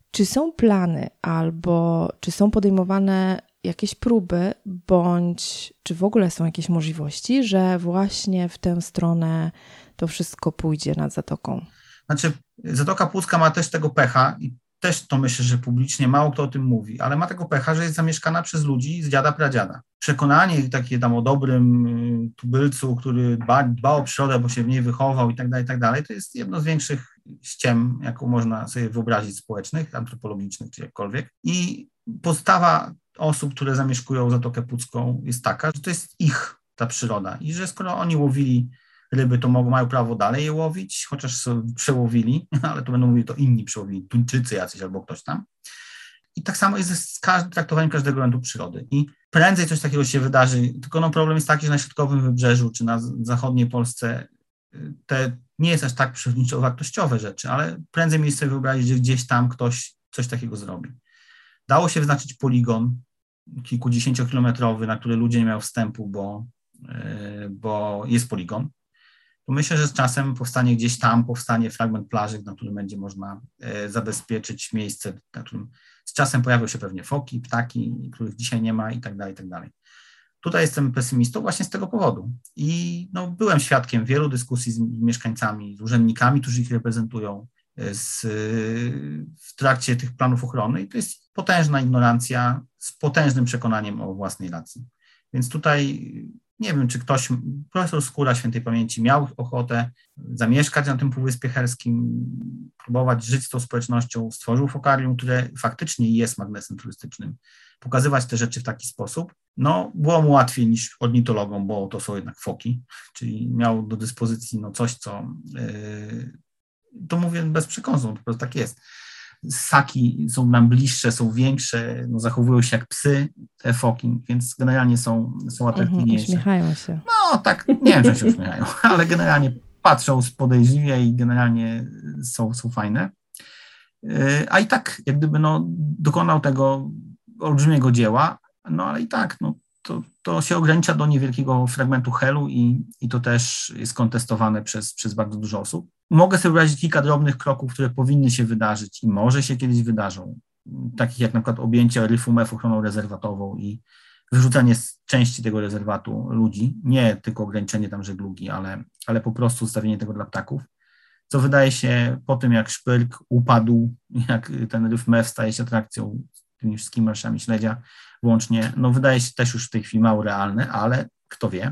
Czy są plany albo czy są podejmowane jakieś próby, bądź czy w ogóle są jakieś możliwości, że właśnie w tę stronę to wszystko pójdzie nad Zatoką? Znaczy, Zatoka Pucka ma też tego pecha i też to myślę, że publicznie mało kto o tym mówi, ale ma tego pecha, że jest zamieszkana przez ludzi z dziada pradziada. Przekonanie takie tam o dobrym tubylcu, który dba, dba o przyrodę, bo się w niej wychował i tak dalej, i tak dalej, to jest jedno z większych ściem, jaką można sobie wyobrazić, społecznych, antropologicznych czy jakkolwiek. I postawa osób, które zamieszkują Zatokę Pucką jest taka, że to jest ich ta przyroda i że skoro oni łowili ryby, to mogą, mają prawo dalej je łowić, chociaż sobie przełowili, ale to będą mówili, to inni przełowili, Tuńczycy jacyś albo ktoś tam. I tak samo jest z każdym traktowaniem każdego elementu przyrody. I prędzej coś takiego się wydarzy, tylko no problem jest taki, że na środkowym wybrzeżu czy na zachodniej Polsce te nie jest aż tak przyrodniczo-wartościowe rzeczy, ale prędzej mieli sobie wyobrazić, że gdzieś tam ktoś coś takiego zrobi. Dało się wyznaczyć poligon kilkudziesięciokilometrowy, na który ludzie nie miał wstępu, bo, bo jest poligon. To myślę, że z czasem powstanie gdzieś tam, powstanie fragment plaży, na którym będzie można zabezpieczyć miejsce, na którym z czasem pojawią się pewnie foki, ptaki, których dzisiaj nie ma i tak dalej, i tak dalej. Tutaj jestem pesymistą właśnie z tego powodu. I no, byłem świadkiem wielu dyskusji z mieszkańcami, z urzędnikami, którzy ich reprezentują z, w trakcie tych planów ochrony i to jest potężna ignorancja z potężnym przekonaniem o własnej racji. Więc tutaj nie wiem, czy ktoś, profesor Skóra świętej pamięci miał ochotę zamieszkać na tym Półwyspie Herskim, próbować żyć z tą społecznością, stworzył fokarium, które faktycznie jest magnesem turystycznym, pokazywać te rzeczy w taki sposób. No, było mu łatwiej niż ornitologom, bo to są jednak foki, czyli miał do dyspozycji no, coś, co, yy, to mówię bez przekąsów, po prostu tak jest. Ssaki są nam bliższe, są większe, no, zachowują się jak psy, te foki, więc generalnie są, są atrakcyjniejsze. Mhm, uśmiechają się. No tak, nie wiem, czy się uśmiechają, ale generalnie patrzą podejrzliwie i generalnie są, są fajne. A i tak, jak gdyby no, dokonał tego olbrzymiego dzieła, no ale i tak, no, to, to się ogranicza do niewielkiego fragmentu helu i, i to też jest kontestowane przez, przez bardzo dużo osób. Mogę sobie wyobrazić kilka drobnych kroków, które powinny się wydarzyć i może się kiedyś wydarzą, takich jak na przykład objęcie Ryfu M E F ochroną rezerwatową i wyrzucanie z części tego rezerwatu ludzi, nie tylko ograniczenie tam żeglugi, ale, ale po prostu zostawienie tego dla ptaków, co wydaje się po tym, jak Szpyrk upadł, jak ten Ryf M E F staje się atrakcją tymi wszystkimi marszami śledzia włącznie, no wydaje się też już w tej chwili mało realne, ale kto wie.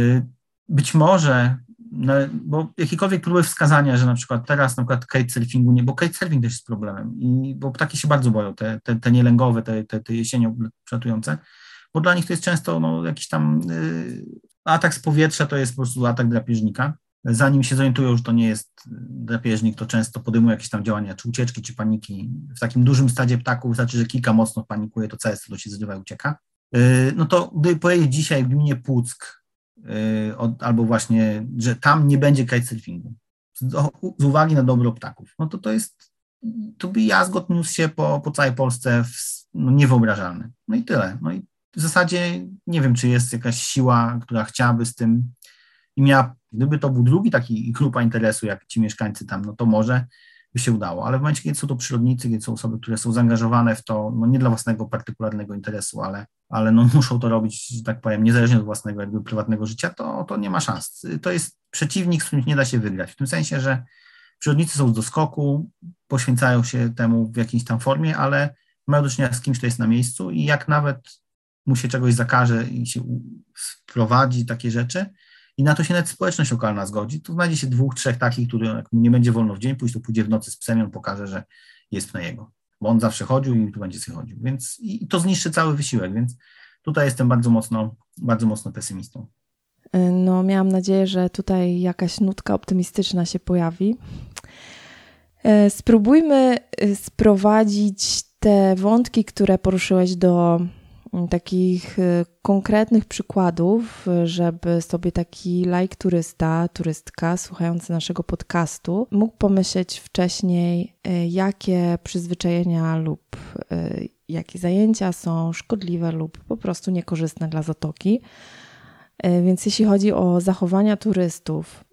Być może, no, bo jakiekolwiek próby wskazania, że na przykład teraz na przykład kitesurfingu nie, bo kitesurfing też jest problemem, i bo ptaki się bardzo boją, te, te, te nielęgowe, te, te, te jesienią przelatujące, bo dla nich to jest często no, jakiś tam y, atak z powietrza, to jest po prostu atak drapieżnika. Zanim się zorientują, że to nie jest drapieżnik, to często podejmują jakieś tam działania, czy ucieczki, czy paniki. W takim dużym stadzie ptaków wystarczy, że kilka mocno panikuje, to całe stado się zrywa i ucieka. Y, no to gdyby powiedzieć dzisiaj w gminie Puck, y, od, albo właśnie, że tam nie będzie kitesurfingu, z, z uwagi na dobro ptaków, no to to jest, to by jazgot niósł się po, po całej Polsce w, no, niewyobrażalny. No i tyle. No i w zasadzie nie wiem, czy jest jakaś siła, która chciałaby z tym i miała, gdyby to był drugi taki grupa interesu, jak ci mieszkańcy tam, no to może by się udało, ale w momencie, kiedy są to przyrodnicy, kiedy są osoby, które są zaangażowane w to, no nie dla własnego partykularnego interesu, ale, ale no muszą to robić, że tak powiem, niezależnie od własnego jakby prywatnego życia, to, to nie ma szans. To jest przeciwnik, z którym nie da się wygrać, w tym sensie, że przyrodnicy są z doskoku, poświęcają się temu w jakiejś tam formie, ale mają do czynienia z kimś, kto jest na miejscu i jak nawet mu się czegoś zakaże i się wprowadzi takie rzeczy i na to się nawet społeczność lokalna zgodzi, to znajdzie się dwóch, trzech takich, którym jak mu nie będzie wolno w dzień pójść, to pójdzie w nocy z psem i on pokaże, że jest na jego, bo on zawsze chodził i tu będzie sobie chodził, więc i to zniszczy cały wysiłek, więc tutaj jestem bardzo mocno, bardzo mocno pesymistą. No, miałam nadzieję, że tutaj jakaś nutka optymistyczna się pojawi. Spróbujmy sprowadzić te wątki, które poruszyłeś, do takich konkretnych przykładów, żeby sobie taki laik turysta, turystka słuchający naszego podcastu mógł pomyśleć wcześniej, jakie przyzwyczajenia lub jakie zajęcia są szkodliwe lub po prostu niekorzystne dla zatoki. Więc jeśli chodzi o zachowania turystów,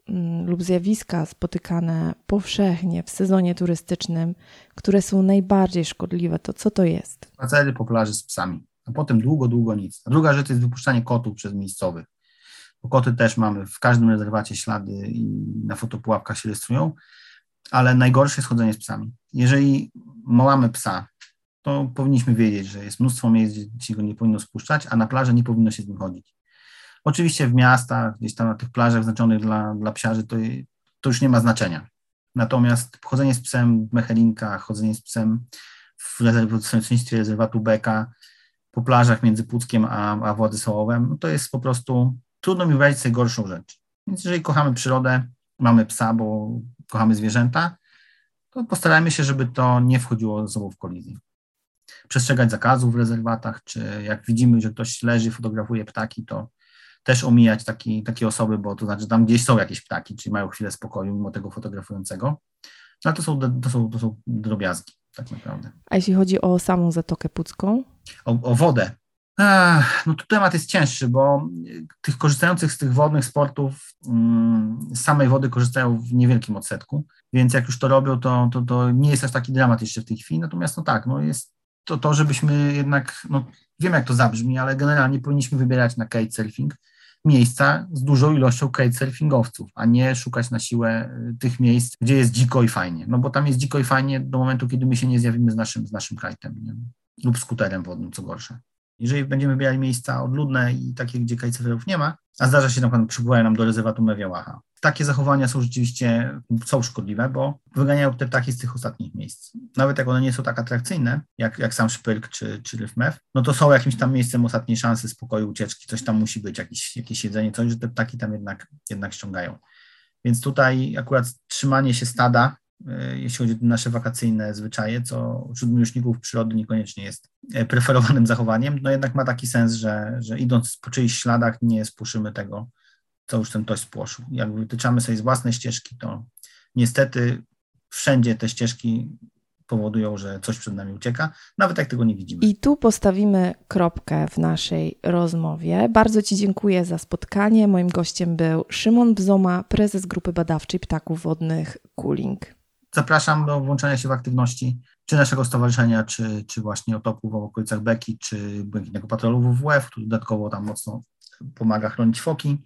mm, lub zjawiska spotykane powszechnie w sezonie turystycznym, które są najbardziej szkodliwe, to co to jest? Spacery po plaży z psami, a potem długo, długo nic. A druga rzecz to jest wypuszczanie kotów przez miejscowych. Bo koty też mamy w każdym rezerwacie ślady i na fotopułapkach się rejestrują, ale najgorsze jest chodzenie z psami. Jeżeli mamy psa, to powinniśmy wiedzieć, że jest mnóstwo miejsc, gdzie się go nie powinno spuszczać, a na plażę nie powinno się z nim chodzić. Oczywiście w miastach, gdzieś tam na tych plażach wyznaczonych dla, dla psiarzy, to, to już nie ma znaczenia. Natomiast chodzenie z psem w Mechelinkach, chodzenie z psem w, rezerw- w sąsiedztwie rezerwatu Beka, po plażach między Puckiem a, a Władysławowem, no to jest po prostu, trudno mi wyobrazić sobie gorszą rzecz. Więc jeżeli kochamy przyrodę, mamy psa, bo kochamy zwierzęta, to postarajmy się, żeby to nie wchodziło ze sobą w kolizję. Przestrzegać zakazów w rezerwatach, czy jak widzimy, że ktoś leży, fotografuje ptaki, to też omijać taki, takie osoby, bo to znaczy, że tam gdzieś są jakieś ptaki, czyli mają chwilę spokoju mimo tego fotografującego. No to są, to są, to są drobiazgi tak naprawdę. A jeśli chodzi o samą Zatokę Pucką? O, o wodę. Ech, no tu temat jest cięższy, bo tych korzystających z tych wodnych sportów mm, z samej wody korzystają w niewielkim odsetku, więc jak już to robią, to, to, to nie jest aż taki dramat jeszcze w tej chwili, natomiast no tak, no jest to to, żebyśmy jednak, no wiem jak to zabrzmi, ale generalnie powinniśmy wybierać na kitesurfing miejsca z dużą ilością kitesurfingowców, a nie szukać na siłę tych miejsc, gdzie jest dziko i fajnie, no bo tam jest dziko i fajnie do momentu, kiedy my się nie zjawimy z naszym, z naszym kite'em, nie? Lub skuterem wodnym, co gorsze. Jeżeli będziemy wybierali miejsca odludne i takie, gdzie kitesurferów nie ma, a zdarza się na przykład przypływają nam do rezerwatu Mewiałacha. Takie zachowania są rzeczywiście, są szkodliwe, bo wyganiają te ptaki z tych ostatnich miejsc. Nawet jak one nie są tak atrakcyjne, jak, jak sam Szpyrk czy, czy Ryf Mew, no to są jakimś tam miejscem ostatniej szansy, spokoju, ucieczki, coś tam musi być, jakieś, jakieś jedzenie, coś, że te ptaki tam jednak, jednak ściągają. Więc tutaj akurat trzymanie się stada, jeśli chodzi o nasze wakacyjne zwyczaje, co wśród miłośników przyrody niekoniecznie jest preferowanym zachowaniem, no jednak ma taki sens, że, że idąc po czyichś śladach nie spłoszymy tego, co już ten ktoś spłoszył. Jak wytyczamy sobie z własnej ścieżki, to niestety wszędzie te ścieżki powodują, że coś przed nami ucieka, nawet jak tego nie widzimy. I tu postawimy kropkę w naszej rozmowie. Bardzo Ci dziękuję za spotkanie. Moim gościem był Szymon Bzoma, prezes grupy badawczej ptaków wodnych Kuling. Zapraszam do włączenia się w aktywności czy naszego stowarzyszenia, czy, czy właśnie Otopu w okolicach Beki, czy Błękitnego Patrolu W W F, który dodatkowo tam mocno pomaga chronić foki.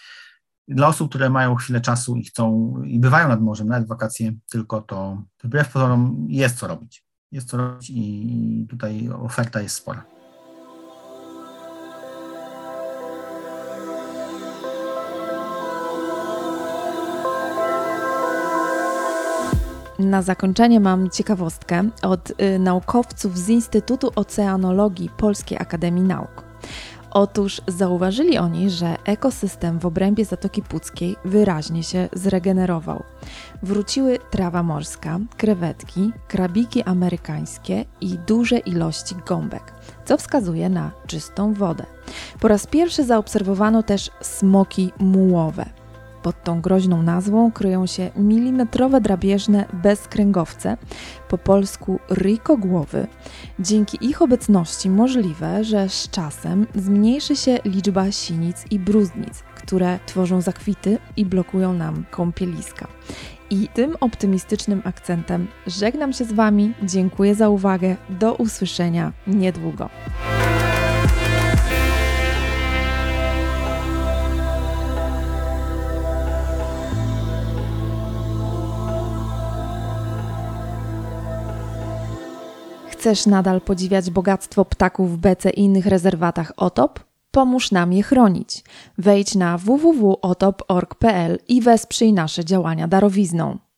Dla osób, które mają chwilę czasu i chcą, i bywają nad morzem, nawet wakacje tylko, to wbrew pozorom jest co robić. Jest co robić i tutaj oferta jest spora. Na zakończenie mam ciekawostkę od y, naukowców z Instytutu Oceanologii Polskiej Akademii Nauk. Otóż zauważyli oni, że ekosystem w obrębie Zatoki Puckiej wyraźnie się zregenerował. Wróciły trawa morska, krewetki, krabiki amerykańskie i duże ilości gąbek, co wskazuje na czystą wodę. Po raz pierwszy zaobserwowano też smoki mułowe. Pod tą groźną nazwą kryją się milimetrowe drapieżne bezkręgowce, po polsku ryjkogłowy. Dzięki ich obecności możliwe, że z czasem zmniejszy się liczba sinic i bróznic, które tworzą zakwity i blokują nam kąpieliska. I tym optymistycznym akcentem żegnam się z Wami, dziękuję za uwagę, do usłyszenia niedługo. Chcesz nadal podziwiać bogactwo ptaków w Bece i innych rezerwatach Otop? Pomóż nam je chronić. Wejdź na w w w kropka otop kropka org kropka p l i wesprzyj nasze działania darowizną.